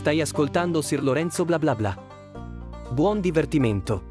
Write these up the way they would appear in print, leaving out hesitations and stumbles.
Stai ascoltando Sir Lorenzo bla bla bla. Buon divertimento.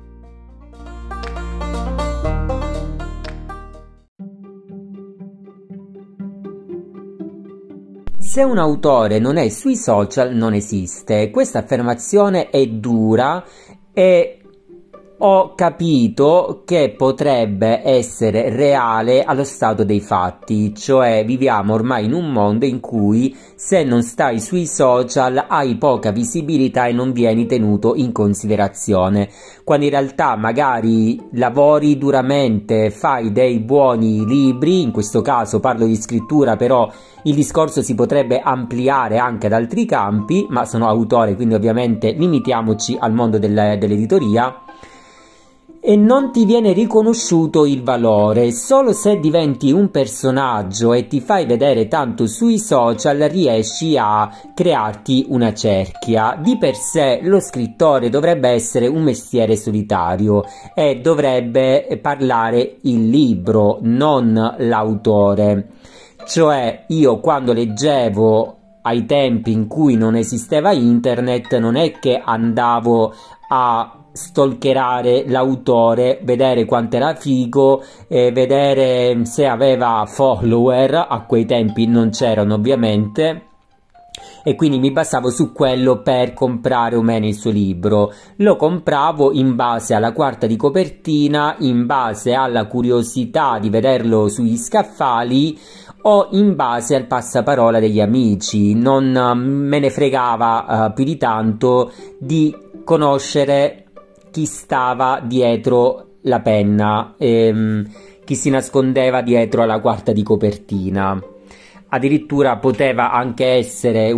Se un autore non è sui social, non esiste. Questa affermazione è dura e ho capito che potrebbe essere reale allo stato dei fatti, cioè viviamo ormai in un mondo in cui se non stai sui social hai poca visibilità e non vieni tenuto in considerazione, quando in realtà magari lavori duramente, fai dei buoni libri, in questo caso parlo di scrittura, però il discorso si potrebbe ampliare anche ad altri campi, ma sono autore, quindi ovviamente limitiamoci al mondo dell'editoria. E non ti viene riconosciuto il valore. Solo se diventi un personaggio e ti fai vedere tanto sui social riesci a crearti una cerchia. Di per sé lo scrittore dovrebbe essere un mestiere solitario e dovrebbe parlare il libro, non l'autore. Cioè, io quando leggevo ai tempi in cui non esisteva internet, non è che andavo a stalkerare l'autore, vedere quanto era figo, vedere se aveva follower. A quei tempi non c'erano ovviamente, e quindi mi basavo su quello per comprare o meno il suo libro. Lo compravo in base alla quarta di copertina, in base alla curiosità di vederlo sugli scaffali o in base al passaparola degli amici. Non me ne fregava più di tanto di conoscere chi stava dietro la penna, chi si nascondeva dietro alla quarta di copertina. Addirittura poteva anche essere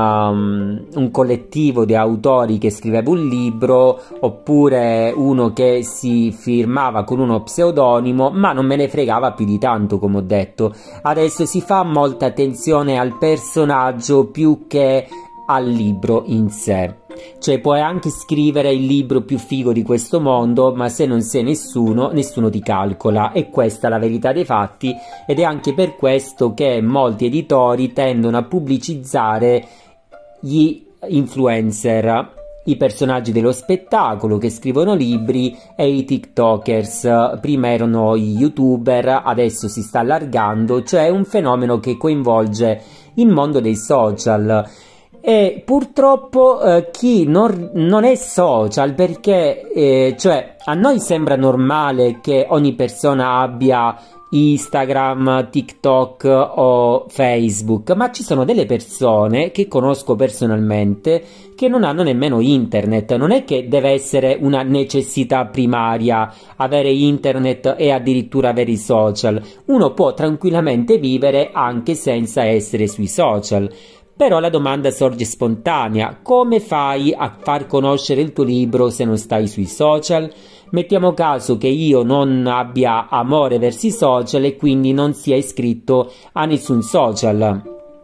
un collettivo di autori che scriveva un libro, oppure uno che si firmava con uno pseudonimo, ma non me ne fregava più di tanto, come ho detto. Adesso si fa molta attenzione al personaggio più che al libro in sé. Cioè puoi anche scrivere il libro più figo di questo mondo, ma se non sei nessuno, nessuno ti calcola, e questa è la verità dei fatti, ed è anche per questo che molti editori tendono a pubblicizzare gli influencer, i personaggi dello spettacolo che scrivono libri e i tiktokers. Prima erano gli youtuber, adesso si sta allargando, cioè è un fenomeno che coinvolge il mondo dei social. E purtroppo chi non è social, perché cioè a noi sembra normale che ogni persona abbia Instagram, TikTok o Facebook, ma ci sono delle persone che conosco personalmente che non hanno nemmeno internet. Non è che deve essere una necessità primaria avere internet e addirittura avere i social. Uno può tranquillamente vivere anche senza essere sui social. Però la domanda sorge spontanea: come fai a far conoscere il tuo libro se non stai sui social? Mettiamo caso che io non abbia amore verso i social e quindi non sia iscritto a nessun social.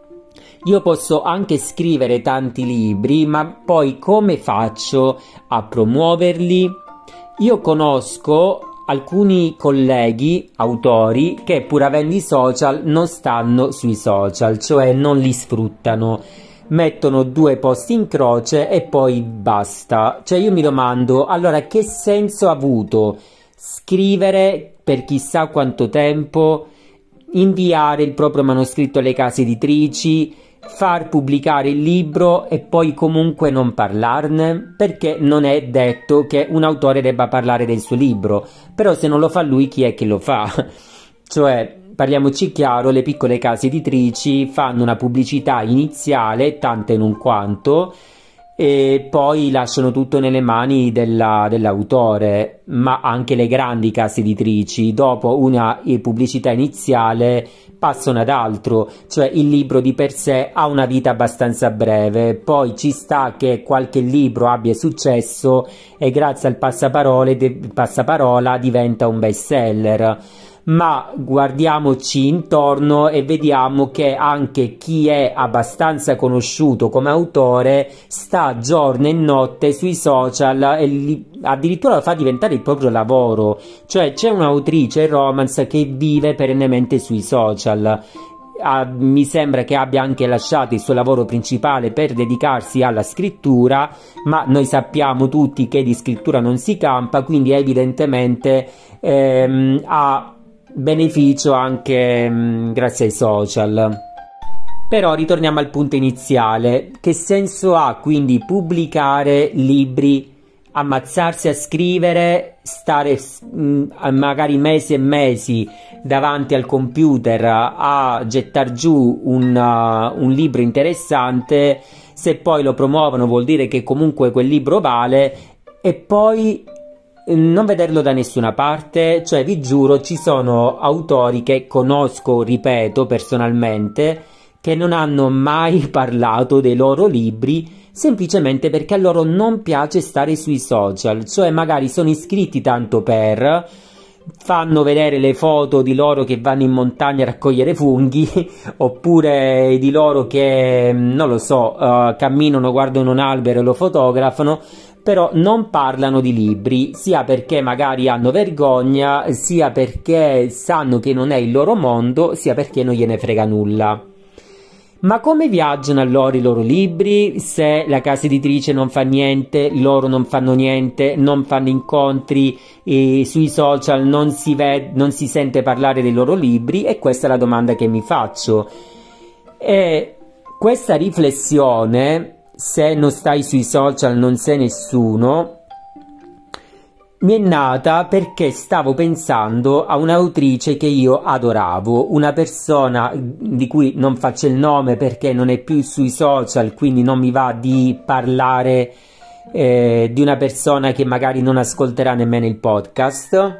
Io posso anche scrivere tanti libri, ma poi come faccio a promuoverli? Io conosco alcuni colleghi autori che pur avendo i social non stanno sui social, cioè non li sfruttano, mettono 2 post in croce e poi basta. Cioè io mi domando, allora che senso ha avuto scrivere per chissà quanto tempo, inviare il proprio manoscritto alle case editrici, far pubblicare il libro e poi comunque non parlarne? Perché non è detto che un autore debba parlare del suo libro, però se non lo fa lui, chi è che lo fa? Cioè, parliamoci chiaro, le piccole case editrici fanno una pubblicità iniziale, tanta e non quanto, e poi lasciano tutto nelle mani dell'autore. Ma anche le grandi case editrici dopo una pubblicità iniziale passano ad altro, cioè il libro di per sé ha una vita abbastanza breve, poi ci sta che qualche libro abbia successo e grazie al passaparola diventa un bestseller. Ma guardiamoci intorno e vediamo che anche chi è abbastanza conosciuto come autore sta giorno e notte sui social e addirittura lo fa diventare il proprio lavoro. Cioè c'è un'autrice romance che vive perennemente sui social mi sembra che abbia anche lasciato il suo lavoro principale per dedicarsi alla scrittura, ma noi sappiamo tutti che di scrittura non si campa, quindi evidentemente ha beneficio anche grazie ai social. Però ritorniamo al punto iniziale: che senso ha quindi pubblicare libri, ammazzarsi a scrivere, stare magari mesi e mesi davanti al computer a gettar giù un libro interessante, se poi lo promuovono vuol dire che comunque quel libro vale, e poi non vederlo da nessuna parte? Cioè, vi giuro, ci sono autori che conosco, ripeto, personalmente, che non hanno mai parlato dei loro libri semplicemente perché a loro non piace stare sui social. Cioè, magari sono iscritti tanto per, fanno vedere le foto di loro che vanno in montagna a raccogliere funghi oppure di loro che, non lo so, camminano, guardano un albero e lo fotografano, però non parlano di libri, sia perché magari hanno vergogna, sia perché sanno che non è il loro mondo, sia perché non gliene frega nulla. Ma come viaggiano allora i loro libri? Se la casa editrice non fa niente, loro non fanno niente, non fanno incontri, sui social non si sente parlare dei loro libri? E questa è la domanda che mi faccio. E questa riflessione, se non stai sui social non sei nessuno, mi è nata perché stavo pensando a un'autrice che io adoravo, una persona di cui non faccio il nome perché non è più sui social, quindi non mi va di parlare di una persona che magari non ascolterà nemmeno il podcast,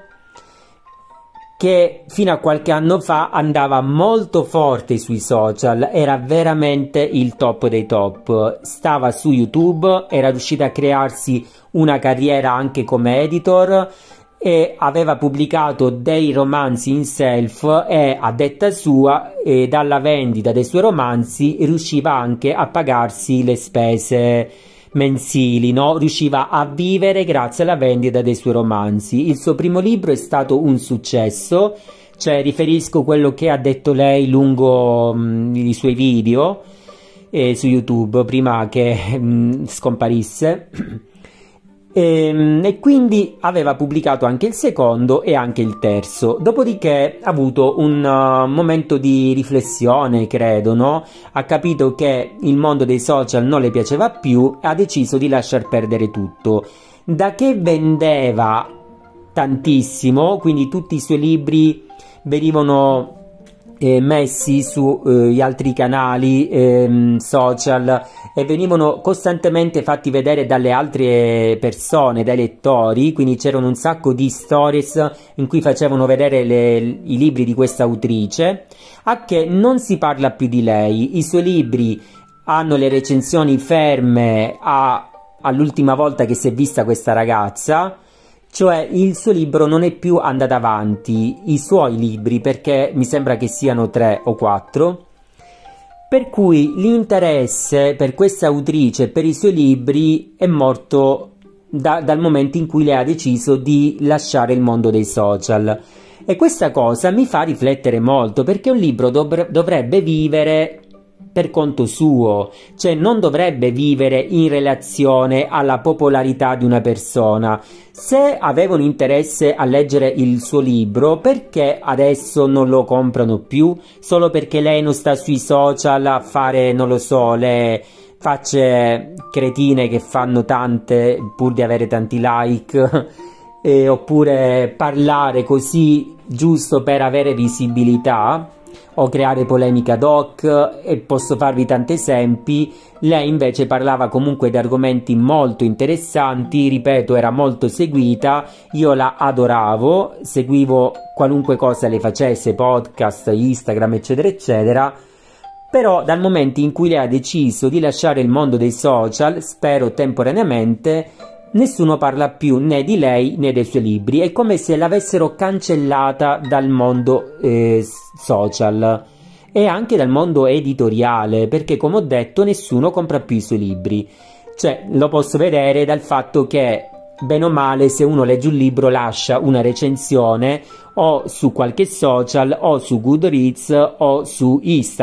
che fino a qualche anno fa andava molto forte sui social, era veramente il top dei top, stava su YouTube, era riuscita a crearsi una carriera anche come editor e aveva pubblicato dei romanzi in self, e a detta sua, dalla vendita dei suoi romanzi riusciva anche a pagarsi le spese mensili, no? Riusciva a vivere grazie alla vendita dei suoi romanzi. Il suo primo libro è stato un successo, cioè riferisco quello che ha detto lei lungo i suoi video su YouTube prima che scomparisse. E quindi aveva pubblicato anche il secondo e anche il terzo. Dopodiché ha avuto un momento di riflessione, credo, no? Ha capito che il mondo dei social non le piaceva più e ha deciso di lasciar perdere tutto. Da che vendeva tantissimo, quindi tutti i suoi libri venivano messi su gli altri canali social e venivano costantemente fatti vedere dalle altre persone, dai lettori, quindi c'erano un sacco di stories in cui facevano vedere i libri di questa autrice, a che non si parla più di lei. I suoi libri hanno le recensioni ferme all'ultima volta che si è vista questa ragazza. Cioè il suo libro non è più andato avanti, i suoi libri, perché mi sembra che siano 3 o 4, per cui l'interesse per questa autrice e per i suoi libri è morto dal momento in cui lei ha deciso di lasciare il mondo dei social. E questa cosa mi fa riflettere molto, perché un libro dovrebbe vivere per conto suo, cioè non dovrebbe vivere in relazione alla popolarità di una persona. Se avevano interesse a leggere il suo libro, perché adesso non lo comprano più? Solo perché lei non sta sui social a fare, non lo so, le facce cretine che fanno tante pur di avere tanti like, oppure parlare così giusto per avere visibilità o creare polemica ad hoc, e posso farvi tanti esempi. Lei invece parlava comunque di argomenti molto interessanti, ripeto, era molto seguita, io la adoravo, seguivo qualunque cosa lei facesse, podcast, Instagram, eccetera eccetera. Però dal momento in cui lei ha deciso di lasciare il mondo dei social, spero temporaneamente, nessuno parla più né di lei né dei suoi libri. È come se l'avessero cancellata dal mondo social e anche dal mondo editoriale, perché come ho detto nessuno compra più i suoi libri. Cioè, lo posso vedere dal fatto che bene o male, se uno legge un libro lascia una recensione o su qualche social o su Goodreads o su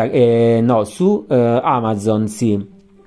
Amazon, sì.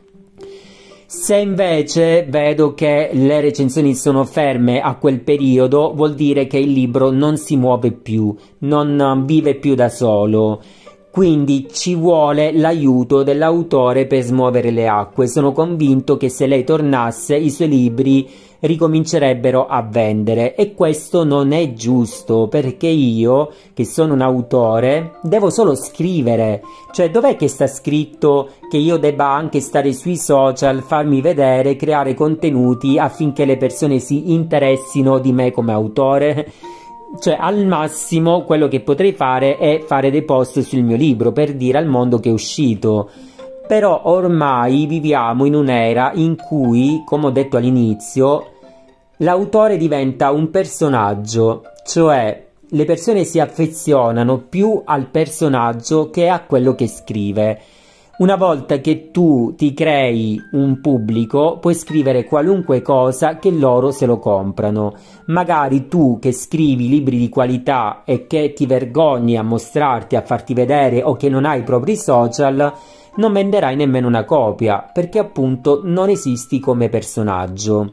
Se invece vedo che le recensioni sono ferme a quel periodo, vuol dire che il libro non si muove più, non vive più da solo. Quindi ci vuole l'aiuto dell'autore per smuovere le acque. Sono convinto che se lei tornasse, i suoi libri ricomincerebbero a vendere, e questo non è giusto, perché io, che sono un autore, devo solo scrivere. Cioè, dov'è che sta scritto che io debba anche stare sui social, farmi vedere, creare contenuti affinché le persone si interessino di me come autore? Cioè, al massimo quello che potrei fare è fare dei post sul mio libro per dire al mondo che è uscito. Però ormai viviamo in un'era in cui, come ho detto all'inizio, l'autore diventa un personaggio, cioè le persone si affezionano più al personaggio che a quello che scrive. Una volta che tu ti crei un pubblico, puoi scrivere qualunque cosa che loro se lo comprano. Magari tu che scrivi libri di qualità e che ti vergogni a mostrarti, a farti vedere, o che non hai i propri social, non venderai nemmeno una copia, perché appunto non esisti come personaggio.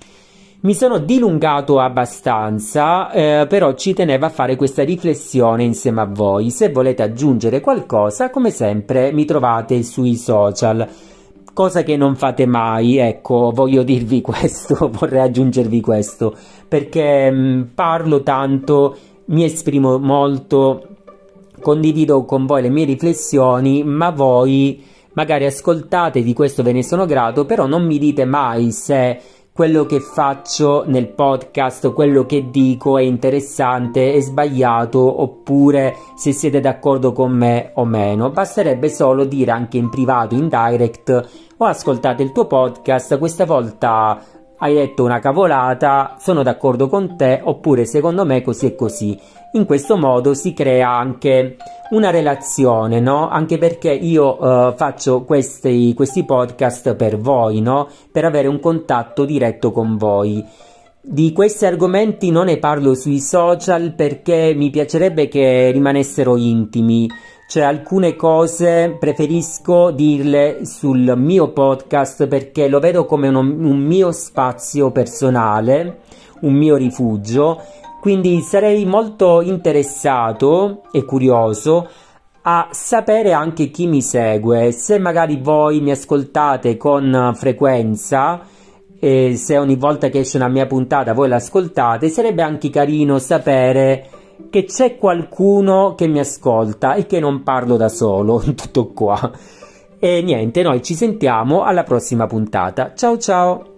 Mi sono dilungato abbastanza, però ci tenevo a fare questa riflessione insieme a voi. Se volete aggiungere qualcosa, come sempre mi trovate sui social, cosa che non fate mai. Ecco, voglio dirvi questo, vorrei aggiungervi questo, perché parlo tanto, mi esprimo molto, condivido con voi le mie riflessioni, ma voi magari ascoltate, di questo ve ne sono grato, però non mi dite mai se quello che faccio nel podcast, quello che dico è interessante, è sbagliato, oppure se siete d'accordo con me o meno. Basterebbe solo dire anche in privato, in direct: ho ascoltato il tuo podcast, questa volta hai detto una cavolata, sono d'accordo con te, oppure secondo me così e così. In questo modo si crea anche una relazione, no? Anche perché io faccio questi podcast per voi, no? Per avere un contatto diretto con voi. Di questi argomenti non ne parlo sui social perché mi piacerebbe che rimanessero intimi. Cioè, alcune cose preferisco dirle sul mio podcast perché lo vedo come un mio spazio personale, un mio rifugio. Quindi sarei molto interessato e curioso a sapere anche chi mi segue. Se magari voi mi ascoltate con frequenza, e se ogni volta che esce una mia puntata voi l'ascoltate, sarebbe anche carino sapere che c'è qualcuno che mi ascolta e che non parlo da solo. Tutto qua. E niente, noi ci sentiamo alla prossima puntata. Ciao ciao!